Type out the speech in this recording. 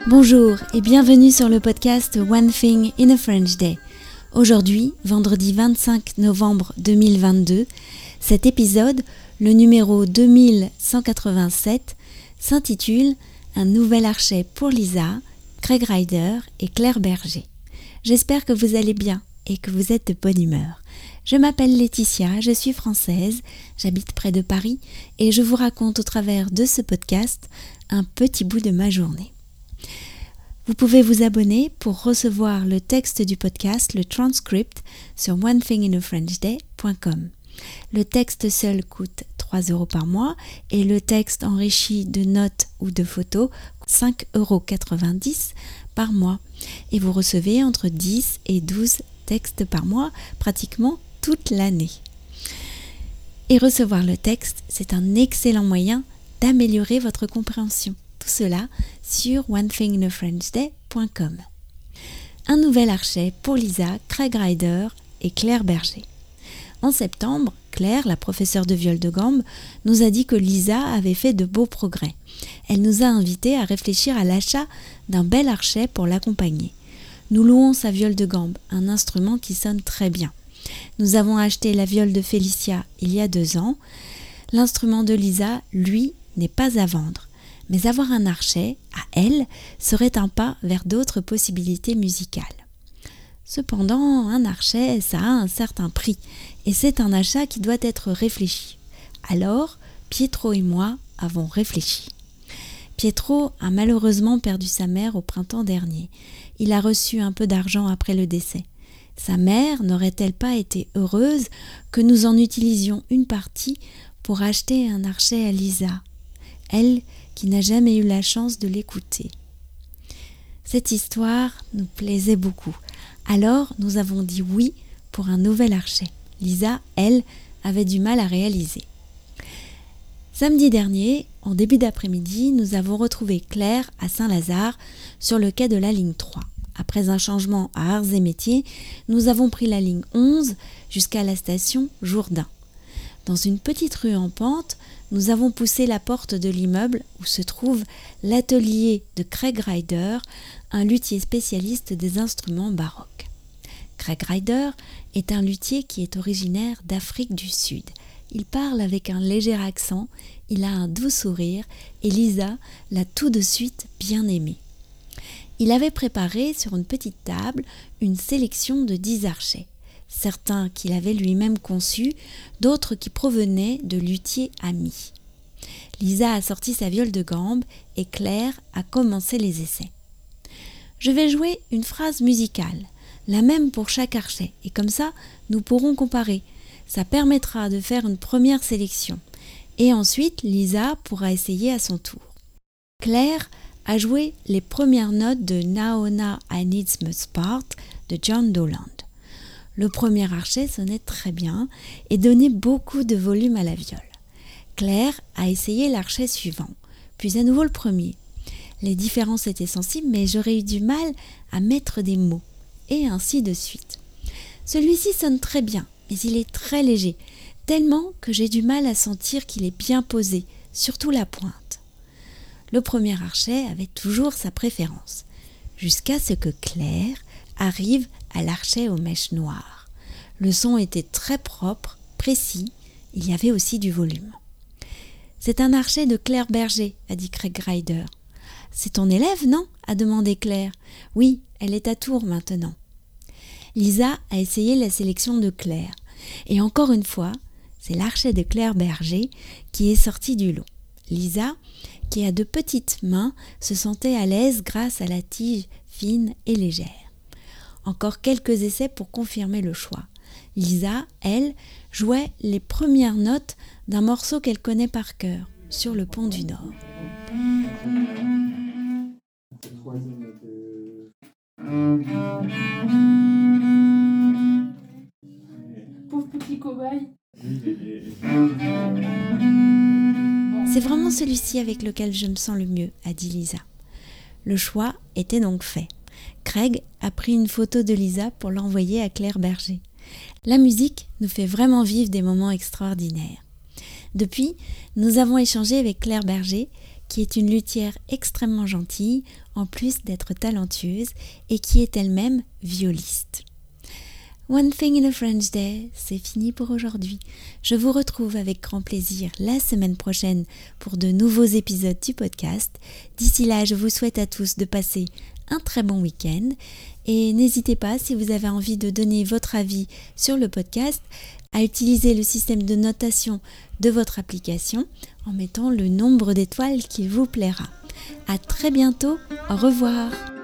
Bonjour et bienvenue sur le podcast One Thing in a French Day. Aujourd'hui, vendredi 25 novembre 2022, cet épisode, le numéro 2187, s'intitule « Un nouvel archet pour Lisa », Craig Ryder et Claire Berger. J'espère que vous allez bien et que vous êtes de bonne humeur. Je m'appelle Laetitia, je suis française, j'habite près de Paris et je vous raconte au travers de ce podcast un petit bout de ma journée. Vous pouvez vous abonner pour recevoir le texte du podcast, le transcript, sur onethinginafrenchday.com. Le texte seul coûte 3 € par mois et le texte enrichi de notes ou de photos coûte 5,90 € par mois. Et vous recevez entre 10 et 12 textes par mois, pratiquement toute l'année. Et recevoir le texte, c'est un excellent moyen d'améliorer votre compréhension. Tout cela sur onethinginafrenchday.com. Un nouvel archet pour Lisa, Craig Ryder et Claire Berger. En septembre, Claire, la professeure de viol de gambe, nous a dit que Lisa avait fait de beaux progrès. Elle nous a invités à réfléchir à l'achat d'un bel archet pour l'accompagner. Nous louons sa viole de gambe, un instrument qui sonne très bien. Nous avons acheté la viole de Félicia il y a 2 ans. L'instrument de Lisa, lui, n'est pas à vendre. Mais avoir un archet, à elle, serait un pas vers d'autres possibilités musicales. Cependant, un archet, ça a un certain prix, et c'est un achat qui doit être réfléchi. Alors, Pietro et moi avons réfléchi. Pietro a malheureusement perdu sa mère au printemps dernier. Il a reçu un peu d'argent après le décès. Sa mère n'aurait-elle pas été heureuse que nous en utilisions une partie pour acheter un archet à Lisa, elle qui n'a jamais eu la chance de l'écouter. Cette histoire nous plaisait beaucoup. Alors, nous avons dit oui pour un nouvel archet. Lisa, elle, avait du mal à réaliser. Samedi dernier, en début d'après-midi, nous avons retrouvé Claire à Saint-Lazare, sur le quai de la ligne 3. Après un changement à Arts et Métiers, nous avons pris la ligne 11 jusqu'à la station Jourdain. Dans une petite rue en pente, nous avons poussé la porte de l'immeuble où se trouve l'atelier de Craig Ryder, un luthier spécialiste des instruments baroques. Craig Ryder est un luthier qui est originaire d'Afrique du Sud. Il parle avec un léger accent, il a un doux sourire et Lisa l'a tout de suite bien aimé. Il avait préparé sur une petite table une sélection de 10 archets. Certains qu'il avait lui-même conçus, d'autres qui provenaient de luthiers amis. Lisa a sorti sa viole de gambe et Claire a commencé les essais. Je vais jouer une phrase musicale, la même pour chaque archet, et comme ça, nous pourrons comparer. Ça permettra de faire une première sélection. Et ensuite, Lisa pourra essayer à son tour. Claire a joué les premières notes de Now I Need Must Part de John Dowland. Le premier archet sonnait très bien et donnait beaucoup de volume à la viole. Claire a essayé l'archet suivant, puis à nouveau le premier. Les différences étaient sensibles, mais j'aurais eu du mal à mettre des mots, et ainsi de suite. Celui-ci sonne très bien, mais il est très léger, tellement que j'ai du mal à sentir qu'il est bien posé, surtout la pointe. Le premier archet avait toujours sa préférence, jusqu'à ce que Claire arrive à l'archet aux mèches noires. Le son était très propre, précis, il y avait aussi du volume. « C'est un archet de Claire Berger », a dit Craig Ryder. « C'est ton élève, non ?» a demandé Claire. « Oui, elle est à Tours maintenant. » Lisa a essayé la sélection de Claire. Et encore une fois, c'est l'archet de Claire Berger qui est sorti du lot. Lisa, qui a de petites mains, se sentait à l'aise grâce à la tige fine et légère. Encore quelques essais pour confirmer le choix. Lisa, elle, jouait les premières notes d'un morceau qu'elle connaît par cœur, Sur le pont du Nord. Pauvre petit cobaye. C'est vraiment celui-ci avec lequel je me sens le mieux, a dit Lisa. Le choix était donc fait. Craig a pris une photo de Lisa pour l'envoyer à Claire Berger. La musique nous fait vraiment vivre des moments extraordinaires. Depuis, nous avons échangé avec Claire Berger, qui est une luthière extrêmement gentille, en plus d'être talentueuse et qui est elle-même violiste. One Thing in a French Day, c'est fini pour aujourd'hui. Je vous retrouve avec grand plaisir la semaine prochaine pour de nouveaux épisodes du podcast. D'ici là, je vous souhaite à tous de passer un très bon week-end et n'hésitez pas, si vous avez envie de donner votre avis sur le podcast, à utiliser le système de notation de votre application en mettant le nombre d'étoiles qui vous plaira. À très bientôt, au revoir.